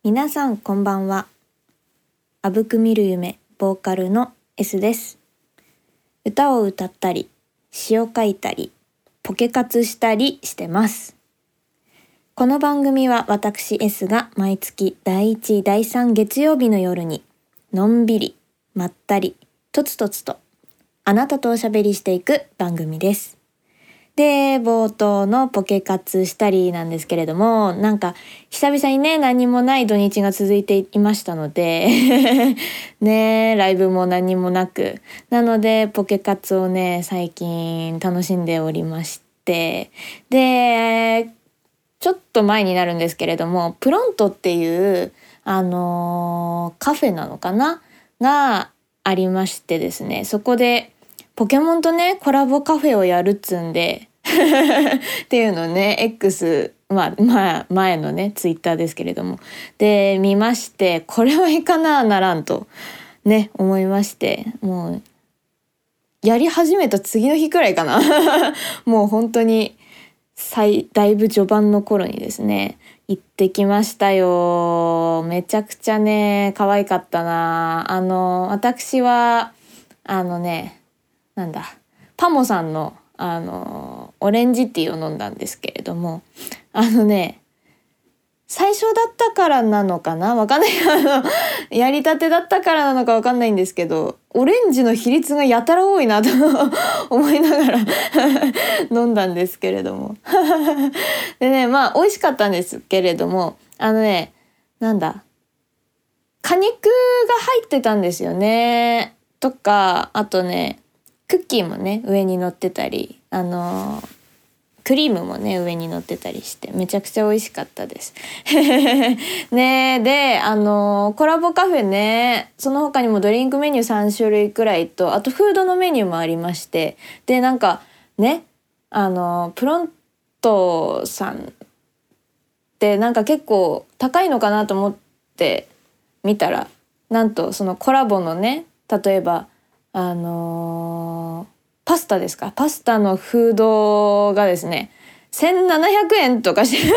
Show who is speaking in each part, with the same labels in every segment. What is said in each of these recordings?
Speaker 1: 皆さんこんばんは。あぶく見る夢ボーカルの S です。歌を歌ったり、詩を書いたり、ポケ活したりしてます。この番組は私 S が毎月第1、第3月曜日の夜にのんびり、まったり、とつとつとあなたとおしゃべりしていく番組です。で、冒頭のポケ活したりなんですけれども、なんか久々にね、何もない土日が続いていましたのでね、ライブも何もなく、なのでポケ活をね、最近楽しんでおりまして、で、ちょっと前になるんですけれども、プロントっていうカフェなのかながありましてですね、そこでポケモンとねコラボカフェをやるっつんでっていうのをね X 前のねツイッターですけれどもで見まして、これはいかならんとね思いまして、もうやり始めた次の日くらいかなもう本当にだいぶ序盤の頃にですね行ってきましたよ。めちゃくちゃね可愛かったな。私はパモさんのオレンジティーを飲んだんですけれども、最初だったからなのかなわかんないやりたてだったからなのかわかんないんですけど、オレンジの比率がやたら多いなと思いながら飲んだんですけれどもでね、美味しかったんですけれども、果肉が入ってたんですよね。とか、あとねクッキーもね上に乗ってたり、クリームもね上に乗ってたりしてめちゃくちゃ美味しかったですね。でコラボカフェね、その他にもドリンクメニュー3種類くらいと、あとフードのメニューもありまして、でなんかねプロントさんってなんか結構高いのかなと思って見たら、なんとそのコラボのね、例えばパスタですか、パスタのフードがですね1700円とかして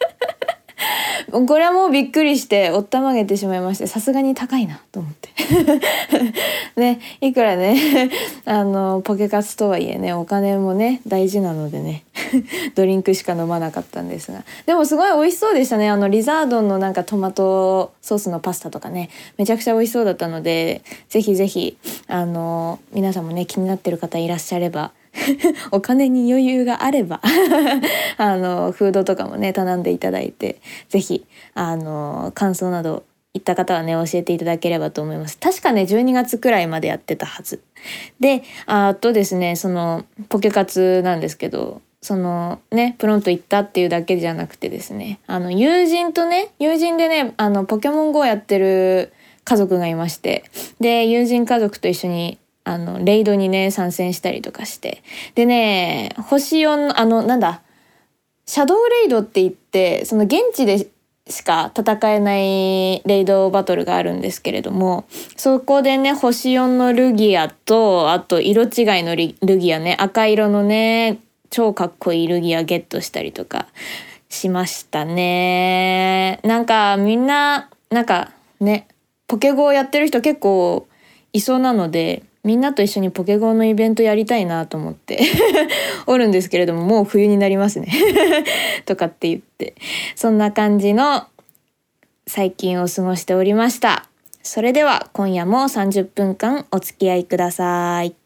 Speaker 1: これはもうびっくりしておったまげてしまいまして、さすがに高いなと思ってね、いくらねポケカツとはいえねお金もね大事なのでねドリンクしか飲まなかったんですが、でもすごい美味しそうでしたね。リザードンのなんかトマトソースのパスタとかねめちゃくちゃ美味しそうだったので、ぜひぜひ皆さんもね気になってる方いらっしゃればお金に余裕があればフードとかもね頼んでいただいて、ぜひ感想など行った方はね教えていただければと思います。確かね12月くらいまでやってたはずで、あとですねそのポケカツなんですけど、そのねプロント行ったっていうだけじゃなくてですね、友人でねポケモン GO やってる家族がいまして、で友人家族と一緒にレイドにね参戦したりとかして、でね星4シャドウレイドって言って、その現地でしか戦えないレイドバトルがあるんですけれども、そこでね星4のルギアと、あと色違いのルギアね、赤色のね超かっこいいルギアゲットしたりとかしましたね。なんかみんななんかねポケゴーやってる人結構いそうなので、みんなと一緒にポケゴーのイベントやりたいなと思っておるんですけれども、もう冬になりますねとかって言って、そんな感じの最近を過ごしておりました。それでは今夜も30分間お付き合いください。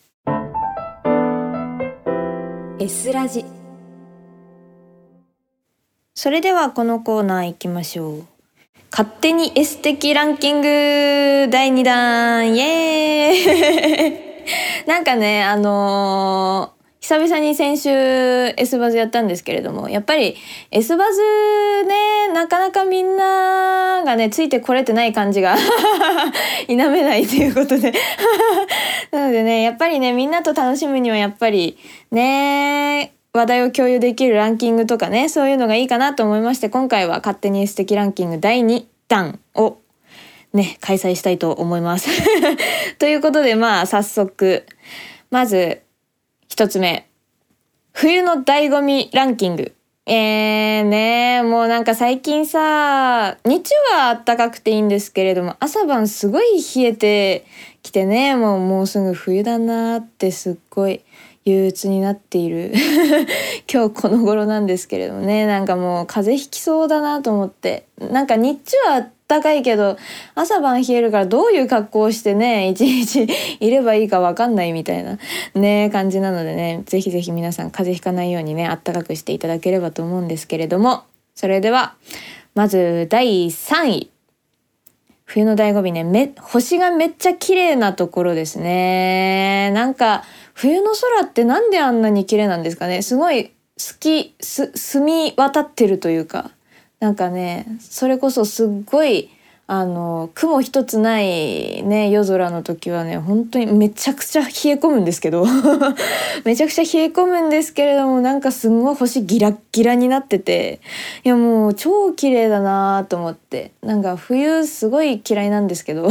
Speaker 1: S ラジ。それではこのコーナー行きましょう。勝手に S 的ランキング第2弾、イエーイなんかね久々に先週 S バズやったんですけれども、やっぱり S バズねなかなかみんながねついてこれてない感じが否めないということでなのでねやっぱりねみんなと楽しむにはやっぱりね話題を共有できるランキングとかね、そういうのがいいかなと思いまして、今回は勝手に S 的ランキング第2弾をね開催したいと思いますということで早速まず一つ目、冬の醍醐味ランキングねもうなんか最近さ、日中は暖かくていいんですけれども、朝晩すごい冷えてきてね、もうすぐ冬だなってすっごい憂鬱になっている今日この頃なんですけれどもね、なんかもう風邪ひきそうだなと思って、なんか日中は暖かいけど朝晩冷えるからどういう格好をしてね一日いればいいかわかんないみたいなね感じなのでね、ぜひぜひ皆さん風邪ひかないようにね暖かくしていただければと思うんですけれども、それではまず第3位、冬の醍醐味ね、星がめっちゃ綺麗なところですね。なんか冬の空ってなんであんなに綺麗なんですかね。すごい澄み渡ってるというか、なんかねそれこそすっごい雲一つないね夜空の時はね本当にめちゃくちゃ冷え込むんですけどめちゃくちゃ冷え込むんですけれども、なんかすんごい星ギラッギラになってて、いやもう超綺麗だなと思って、なんか冬すごい嫌いなんですけど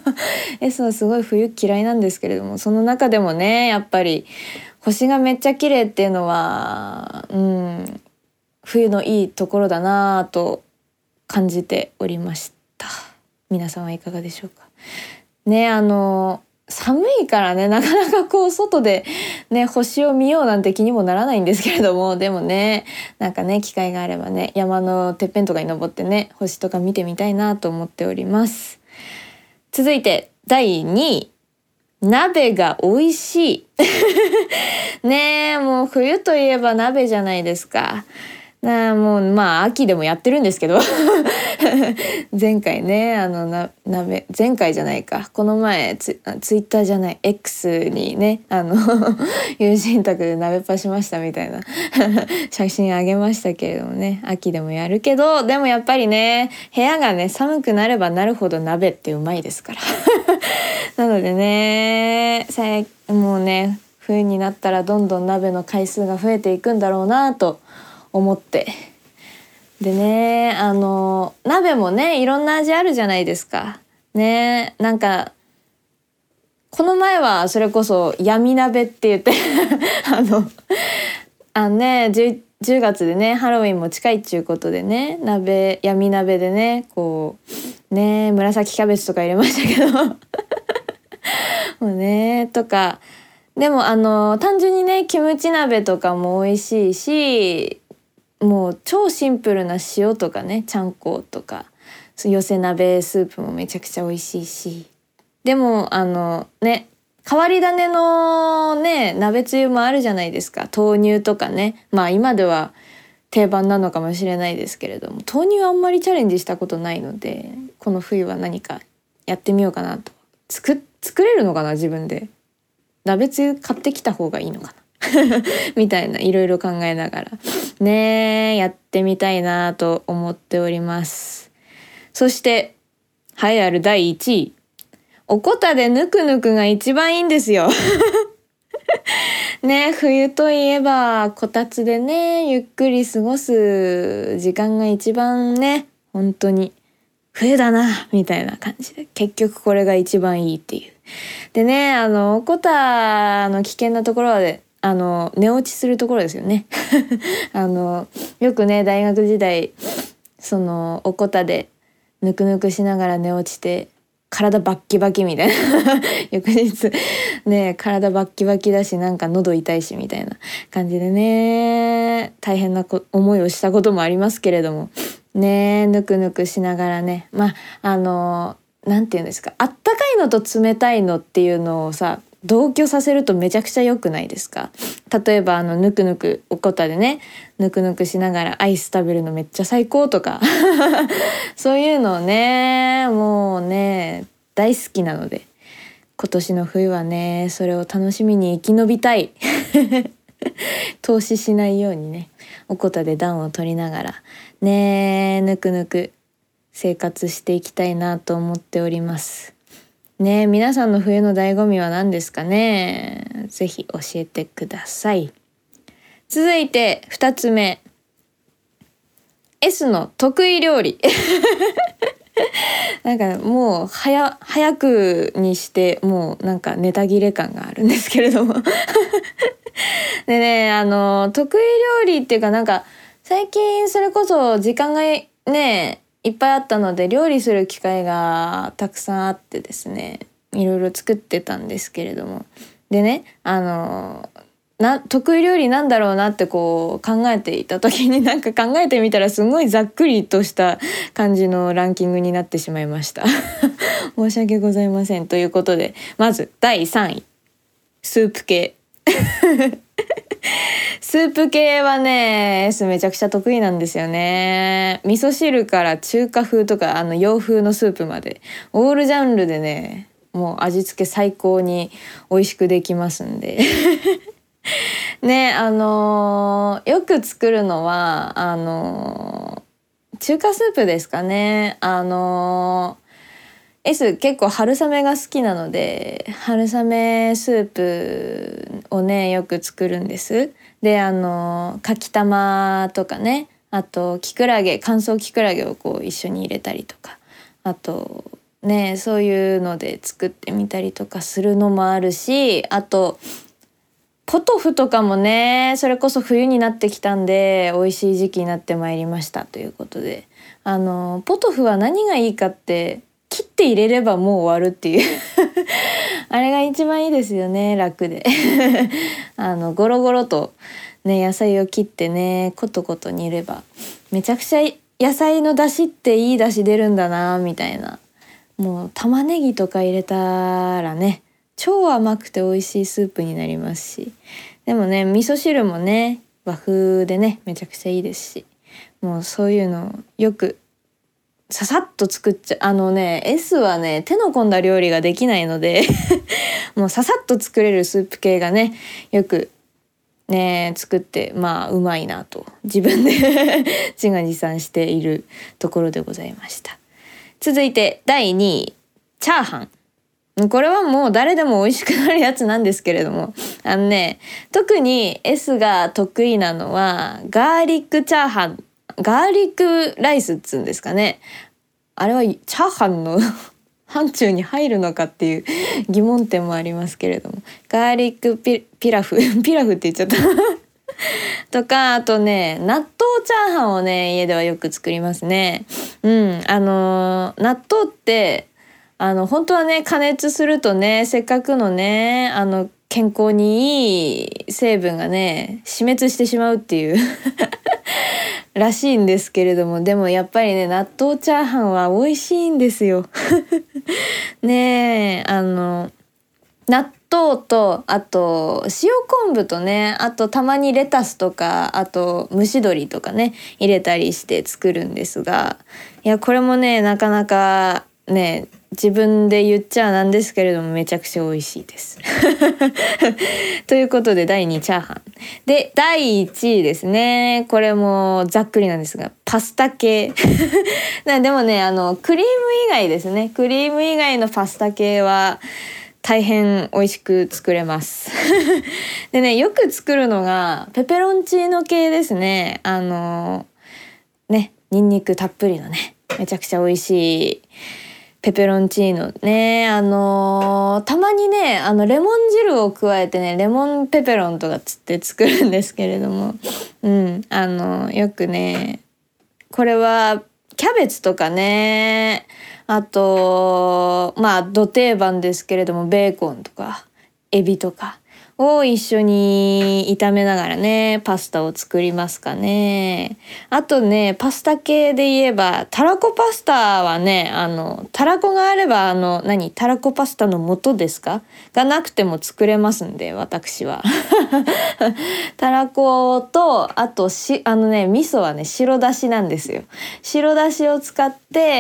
Speaker 1: S はすごい冬嫌いなんですけれども、その中でもねやっぱり星がめっちゃ綺麗っていうのは冬のいいところだなと感じておりました。皆さんはいかがでしょうかね。寒いからねなかなかこう外でね星を見ようなんて気にもならないんですけれども、でもねなんかね機会があればね山のてっぺんとかに登ってね星とか見てみたいなと思っております。続いて第2位、鍋が美味しいねえもう冬といえば鍋じゃないですか。もうまあ秋でもやってるんですけど前回ね鍋前回じゃないかこの前ツイッターじゃない X にね友人宅で鍋パしましたみたいな写真あげましたけれどもね、秋でもやるけど、でもやっぱりね部屋がね寒くなればなるほど鍋ってうまいですからなのでねもうね冬になったらどんどん鍋の回数が増えていくんだろうなと思って、でね鍋もねいろんな味あるじゃないですかね。なんかこの前はそれこそ闇鍋って言って10月でねハロウィンも近いっちゅうことでね闇鍋でねこうね紫キャベツとか入れましたけどもうねとか、でも単純にねキムチ鍋とかも美味しいし、もう超シンプルな塩とかねちゃんことか寄せ鍋スープもめちゃくちゃ美味しいし、でもね変わり種のね鍋つゆもあるじゃないですか。豆乳とかね、まあ今では定番なのかもしれないですけれども、豆乳はあんまりチャレンジしたことないので、この冬は何かやってみようかなと。作れるのかな自分で。鍋つゆ買ってきた方がいいのかなみたいないろいろ考えながらねやってみたいなと思っております。そして栄えある第1位、おこたでぬくぬくが一番いいんですよね、冬といえばこたつでねゆっくり過ごす時間が一番ね本当に冬だなみたいな感じで、結局これが一番いいっていう。でねおこたの危険なところはで寝落ちするところですよねよくね大学時代そのおこたでぬくぬくしながら寝落ちて体バッキバキみたいな翌日ね体バッキバキだしなんか喉痛いしみたいな感じでね大変な思いをしたこともありますけれどもね、ぬくぬくしながらね、まあなんていうんですか、あったかいのと冷たいのっていうのをさ同居させるとめちゃくちゃ良くないですか。例えばぬくぬくおこたでねぬくぬくしながらアイス食べるのめっちゃ最高とかそういうのをねもうね大好きなので、今年の冬はねそれを楽しみに生き延びたい投資しないようにねおこたで暖を取りながらねぬくぬく生活していきたいなと思っておりますね。皆さんの冬の醍醐味は何ですかね。ぜひ教えてください。続いて2つ目、 S の得意料理なんかもう早くにしてもうなんかネタ切れ感があるんですけれどもでね得意料理っていうかなんか最近それこそ時間がねいっぱいあったので料理する機会がたくさんあってですね、いろいろ作ってたんですけれども、でね得意料理なんだろうなってこう考えていた時になんか考えてみたらすごいざっくりとした感じのランキングになってしまいました申し訳ございません。ということでまず第3位スープ系スープ系はねめちゃくちゃ得意なんですよね。味噌汁から中華風とか洋風のスープまでオールジャンルでねもう味付け最高に美味しくできますんでね、よく作るのは中華スープですかね。結構春雨が好きなので春雨スープをねよく作るんです。でかきたまとかね、あと乾燥きくらげをこう一緒に入れたりとか、あとねそういうので作ってみたりとかするのもあるし、あとポトフとかもねそれこそ冬になってきたんで美味しい時期になってまいりましたということで、ポトフは何がいいかって切って入れればもう終わるっていうあれが一番いいですよね、楽でゴロゴロとね野菜を切ってねコトコト煮ればめちゃくちゃ野菜の出汁っていい出汁出るんだなみたいな。もう玉ねぎとか入れたらね超甘くて美味しいスープになりますし、でもね味噌汁もね和風でねめちゃくちゃいいですし、もうそういうのよくささっと作っちゃS はね手の込んだ料理ができないのでもうささっと作れるスープ系がねよくね作ってうまいなと自分で自画自賛しているところでございました。続いて第2位チャーハン。これはもう誰でも美味しくなるやつなんですけれども、特に S が得意なのはガーリックチャーハン、ガーリックライスっつうんですかね。あれはチャーハンの範疇に入るのかっていう疑問点もありますけれども、ガーリックピラフピラフって言っちゃったとか、あとね納豆チャーハンをね家ではよく作りますね。納豆って本当はね加熱するとねせっかくのね健康にいい成分がね死滅してしまうっていうらしいんですけれども、でもやっぱりね納豆チャーハンは美味しいんですよねえ納豆とあと塩昆布とね、あとたまにレタスとかあと蒸し鶏とかね入れたりして作るんですが、いやこれもねなかなかね自分で言っちゃなんですけれどもめちゃくちゃ美味しいですということで第2位チャーハンで、第1位ですね。これもざっくりなんですがパスタ系でもねクリーム以外ですね、クリーム以外のパスタ系は大変美味しく作れますでねよく作るのがペペロンチーノ系ですね。ニンニクたっぷりのねめちゃくちゃ美味しいペペロンチーノね、たまにねレモン汁を加えてねレモンペペロンとかつって作るんですけれども、よくねこれはキャベツとかね、あとど定番ですけれどもベーコンとかエビとかを一緒に炒めながらねパスタを作りますかね。あとねパスタ系で言えばたらこパスタはねたらこがあればたらこパスタの素ですかがなくても作れますんで、私はたらことあと味噌はね白だしなんですよ。白だしを使って、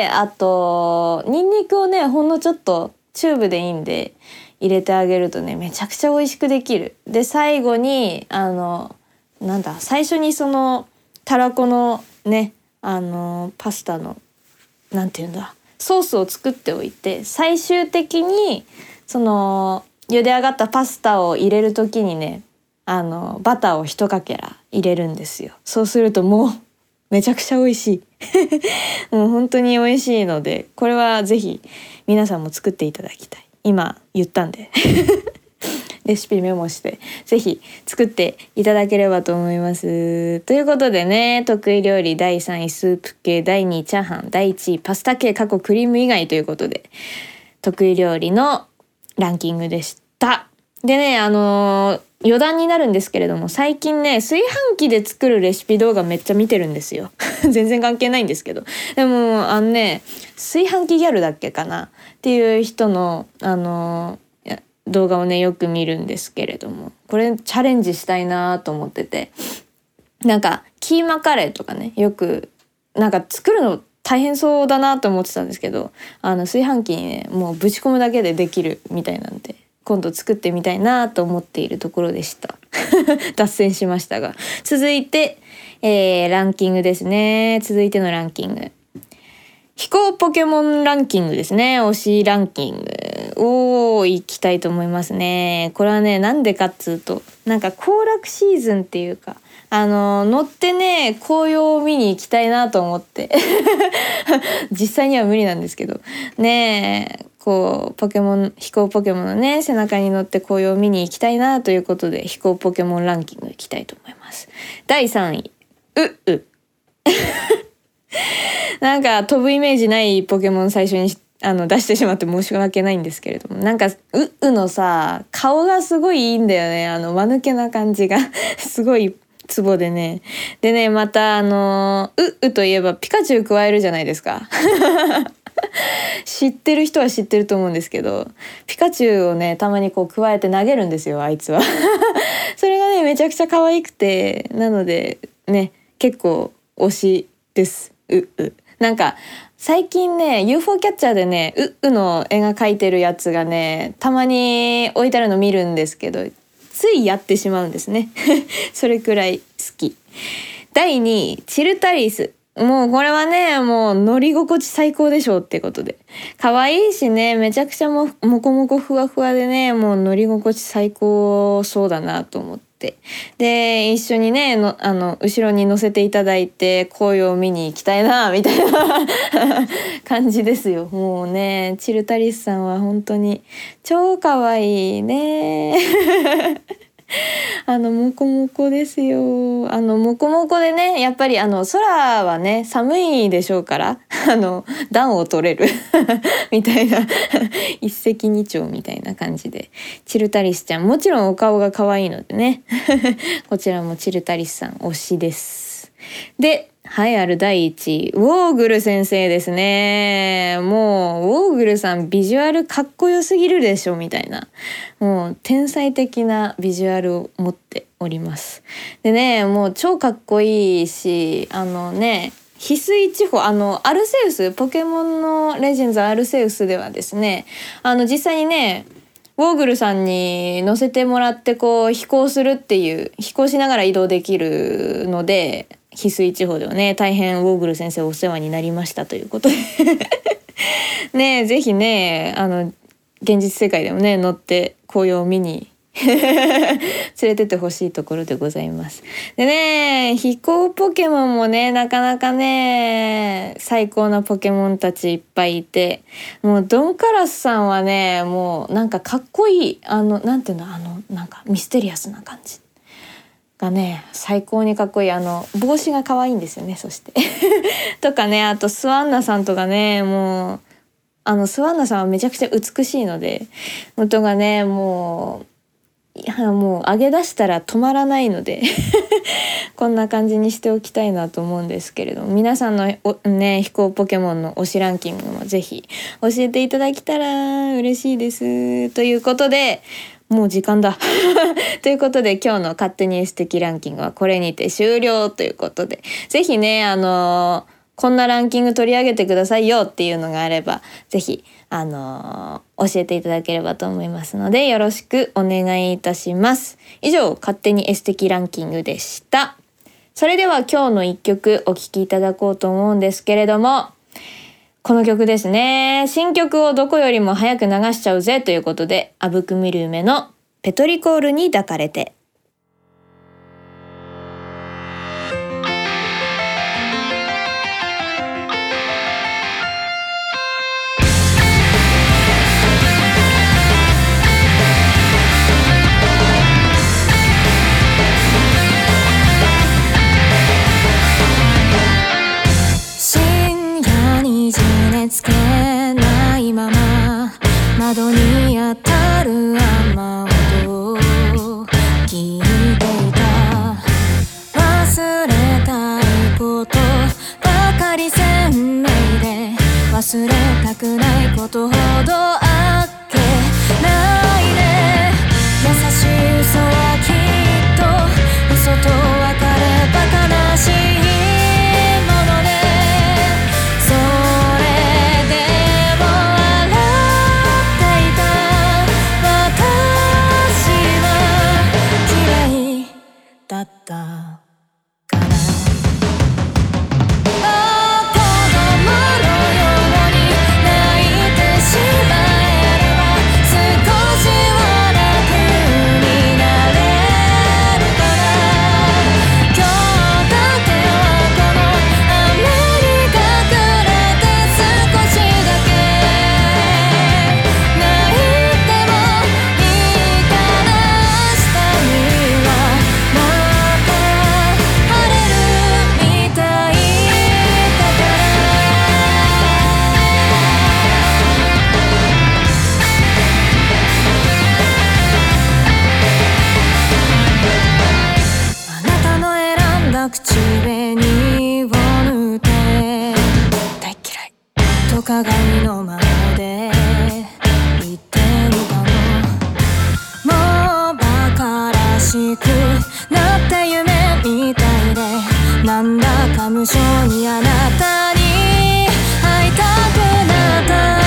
Speaker 1: あとニンニクをねほんのちょっとチューブでいいんで入れてあげるとねめちゃくちゃ美味しくできる。で最後に最初にそのたらこのねパスタのソースを作っておいて、最終的にその茹で上がったパスタを入れる時にねバターを一かけら入れるんですよ。そうするともうめちゃくちゃ美味しいもう本当に美味しいので、これはぜひ皆さんも作っていただきたい。今言ったんでレシピメモしてぜひ作っていただければと思います。ということでね、得意料理第3位スープ系、第2位チャーハン、第1位パスタ系過去クリーム以外ということで得意料理のランキングでした。でね、余談になるんですけれども、最近ね炊飯器で作るレシピ動画めっちゃ見てるんですよ全然関係ないんですけど、でも炊飯器ギャルだっけかなっていう人の動画をねよく見るんですけれども、これチャレンジしたいなと思ってて、なんかキーマカレーとかねよくなんか作るの大変そうだなと思ってたんですけど、炊飯器にねもうぶち込むだけでできるみたいなんで今度作ってみたいなと思っているところでした脱線しましたが、続いて、ランキングですね。続いてのランキング、飛行ポケモンランキングですね。推しランキングを行きたいと思いますね。これはねなんでかっつうと、なんか行楽シーズンっていうか乗ってね紅葉を見に行きたいなと思って実際には無理なんですけどね、こう飛行ポケモンのね背中に乗って紅葉を見に行きたいなということで、飛行ポケモンランキング行きたいと思います。第3位なんか飛ぶイメージないポケモン最初に出してしまって申し訳ないんですけれども、なんかのさ顔がすごいいいんだよね。間抜けな感じがすごいツボでね。でね、またといえばピカチュウ加えるじゃないですか知ってる人は知ってると思うんですけど、ピカチュウをねたまにこう加えて投げるんですよ、あいつはそれがねめちゃくちゃ可愛くて、なのでね結構推しです。なんか最近ね UFO キャッチャーでねの絵が描いてるやつがねたまに置いてあるの見るんですけど、ついやってしまうんですねそれくらい好き。第2位チルタリス、もうこれはねもう乗り心地最高でしょうってことで、可愛いしねめちゃくちゃもこもこふわふわでね、もう乗り心地最高そうだなと思って、で一緒にね後ろに乗せていただいて紅葉を見に行きたいなみたいな感じですよ。もうねチルタリスさんは本当に超可愛いねもこもこですよ。もこもこでねやっぱり空はね寒いでしょうから暖を取れるみたいな一石二鳥みたいな感じで、チルタリスちゃんもちろんお顔が可愛いのでねこちらもチルタリスさん推しです。である第1位ウォーグル先生ですね。もうウォーグルさんビジュアルかっこよすぎるでしょみたいな、もう天才的なビジュアルを持っております。でねもう超かっこいいし、翡翠地方アルセウス、ポケモンのレジェンズアルセウスではですね実際にねウォーグルさんに乗せてもらってこう飛行するっていう、飛行しながら移動できるので、翡翠地方ではね大変ウォーグル先生お世話になりましたということでねぜひね現実世界でもね乗って紅葉を見に連れてってほしいところでございます。でね飛行ポケモンもねなかなかね最高なポケモンたちいっぱいいて、もうドンカラスさんはねもうなんかかっこいいなんていうのなんかミステリアスな感じがね最高にかっこいい。帽子が可愛いんですよね。そしてとかね、あとスワンナさんとかね、もうスワンナさんはめちゃくちゃ美しいので音がねもう上げ出したら止まらないのでこんな感じにしておきたいなと思うんですけれども、皆さんの飛行ポケモンの推しランキングもぜひ教えていただけたら嬉しいですということで、もう時間だということで今日の勝手にエステ的ランキングはこれにて終了ということで、ぜひねこんなランキング取り上げてくださいよっていうのがあればぜひ教えていただければと思いますのでよろしくお願いいたします。以上勝手にエステ的ランキングでした。それでは今日の一曲お聴きいただこうと思うんですけれども、この曲ですね。新曲をどこよりも早く流しちゃうぜということで、あぶくみる梅のペトリコールに抱かれて。 れないまま窓に当たる雨音を聞いていた。忘れたいことばかり鮮明で、忘れたくないことほどあっけないね。優しい嘘はきっと嘘と別れば悲しいものね。それでも笑っていた私は綺麗だったから。口紅を塗って大嫌いと鏡の前で言ってみたの。もう馬鹿らしくなって夢みたいで、なんだか無性にあなたに会いたくなった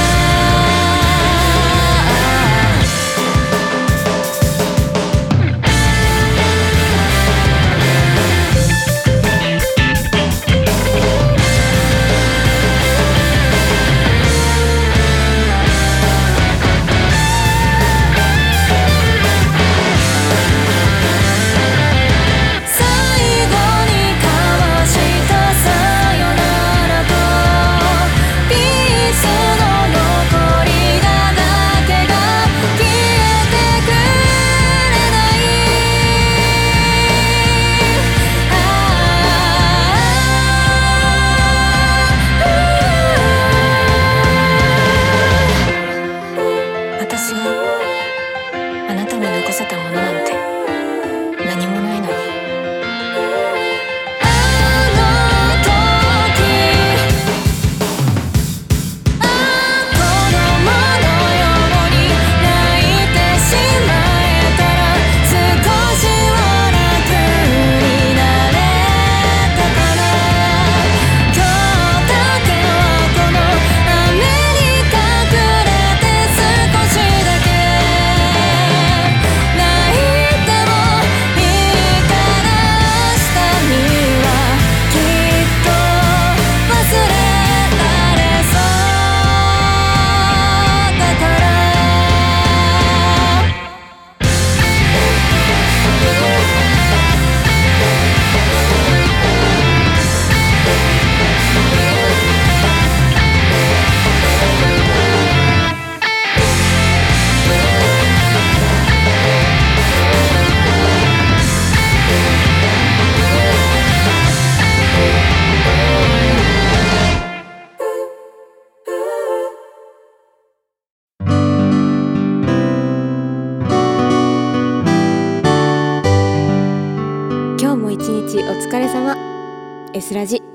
Speaker 1: 。S ラジ。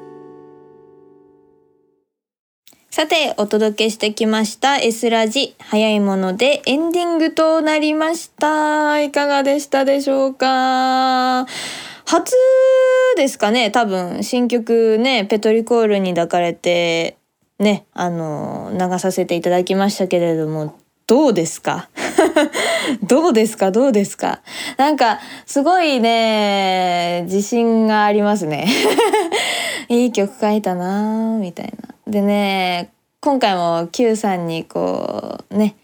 Speaker 1: さてお届けしてきました S ラジ、早いものでエンディングとなりました。いかがでしたでしょうか。初ですかね、多分新曲ね、ペトリコールに抱かれてね、流させていただきましたけれども、どうですかどうですかなんかすごいね、自信がありますねいい曲書いたなみたいな。でね、今回も Q さんにこうね、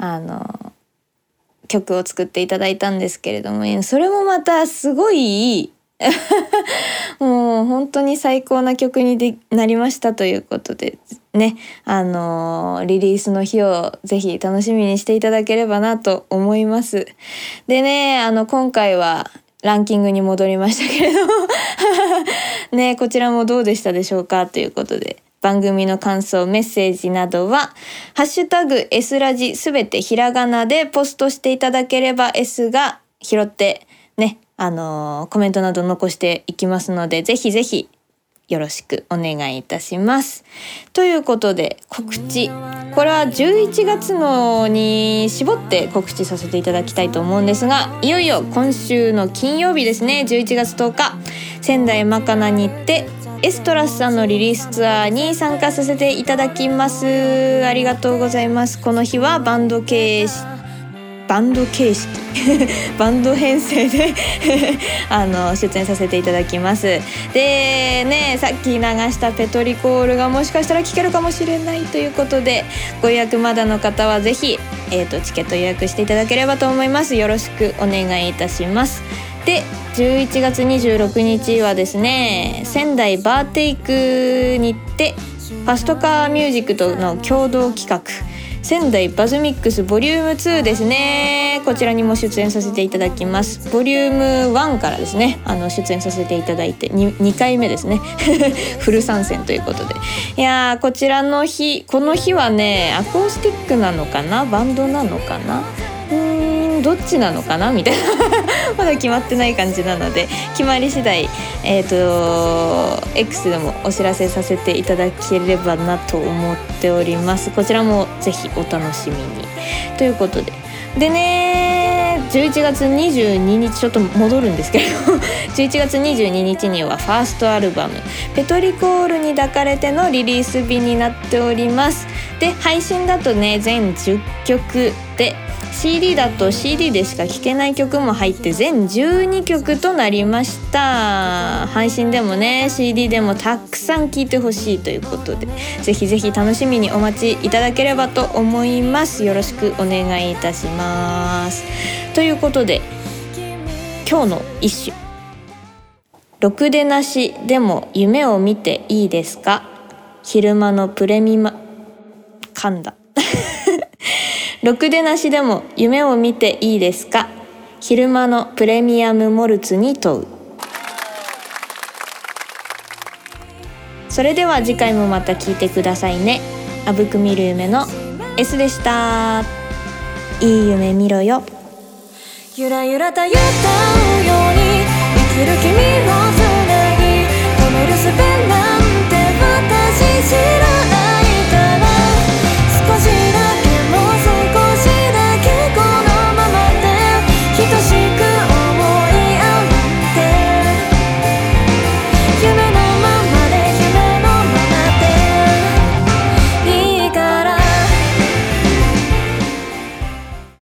Speaker 1: 曲を作っていただいたんですけれども、それもまたすごいいいもう本当に最高な曲になりましたということでね、リリースの日をぜひ楽しみにしていただければなと思います。でね、今回はランキングに戻りましたけれどもね、こちらもどうでしたでしょうかということで、 番組の感想、メッセージなどはハッシュタグ S ラジすべてひらがなでポストしていただければ S が拾ってね、コメントなど残していきますので、ぜひぜひよろしくお願いいたします。ということで告知、これは11月のに絞って告知させていただきたいと思うんですが、いよいよ今週の金曜日ですね、11月10日仙台マカナに行ってエストラスさんのリリースツアーに参加させていただきます。ありがとうございます。この日はバンド形式バンド編成で出演させていただきます。でね、さっき流したペトリコールがもしかしたら聴けるかもしれないということで、ご予約まだの方はぜひ、チケット予約していただければと思います。よろしくお願いいたします。で、11月26日はですね、仙台バーテイクに行ってファストカーミュージックとの共同企画仙台バズミックスボリューム2ですね。こちらにも出演させていただきます。ボリューム1からですね、出演させていただいて 2回目ですねフル参戦ということで、いやー、この日はね、アコースティックなのかな、バンドなのかな、どっちなのかなみたいなまだ決まってない感じなので、決まり次第X でもお知らせさせていただければなと思っております。こちらもぜひお楽しみにということでね、11月22日ちょっと戻るんですけど11月22日にはファーストアルバムペトリコールに抱かれてのリリース日になっております。で、配信だとね全10曲で、CD だと CD でしか聴けない曲も入って全12曲となりました。配信でもね CD でもたくさん聴いてほしいということで、ぜひぜひ楽しみにお待ちいただければと思います。よろしくお願いいたします。ということで今日の一首、ろくでなしでも夢を見ていいですか、昼間のプレミマ噛んだろくでなしでも夢を見ていいですか、昼間のプレミアムモルツに問う。それでは次回もまた聞いてくださいね。あぶく見る夢の S でした。いい夢見ろよ。
Speaker 2: ゆらゆらと歌うように生きる君を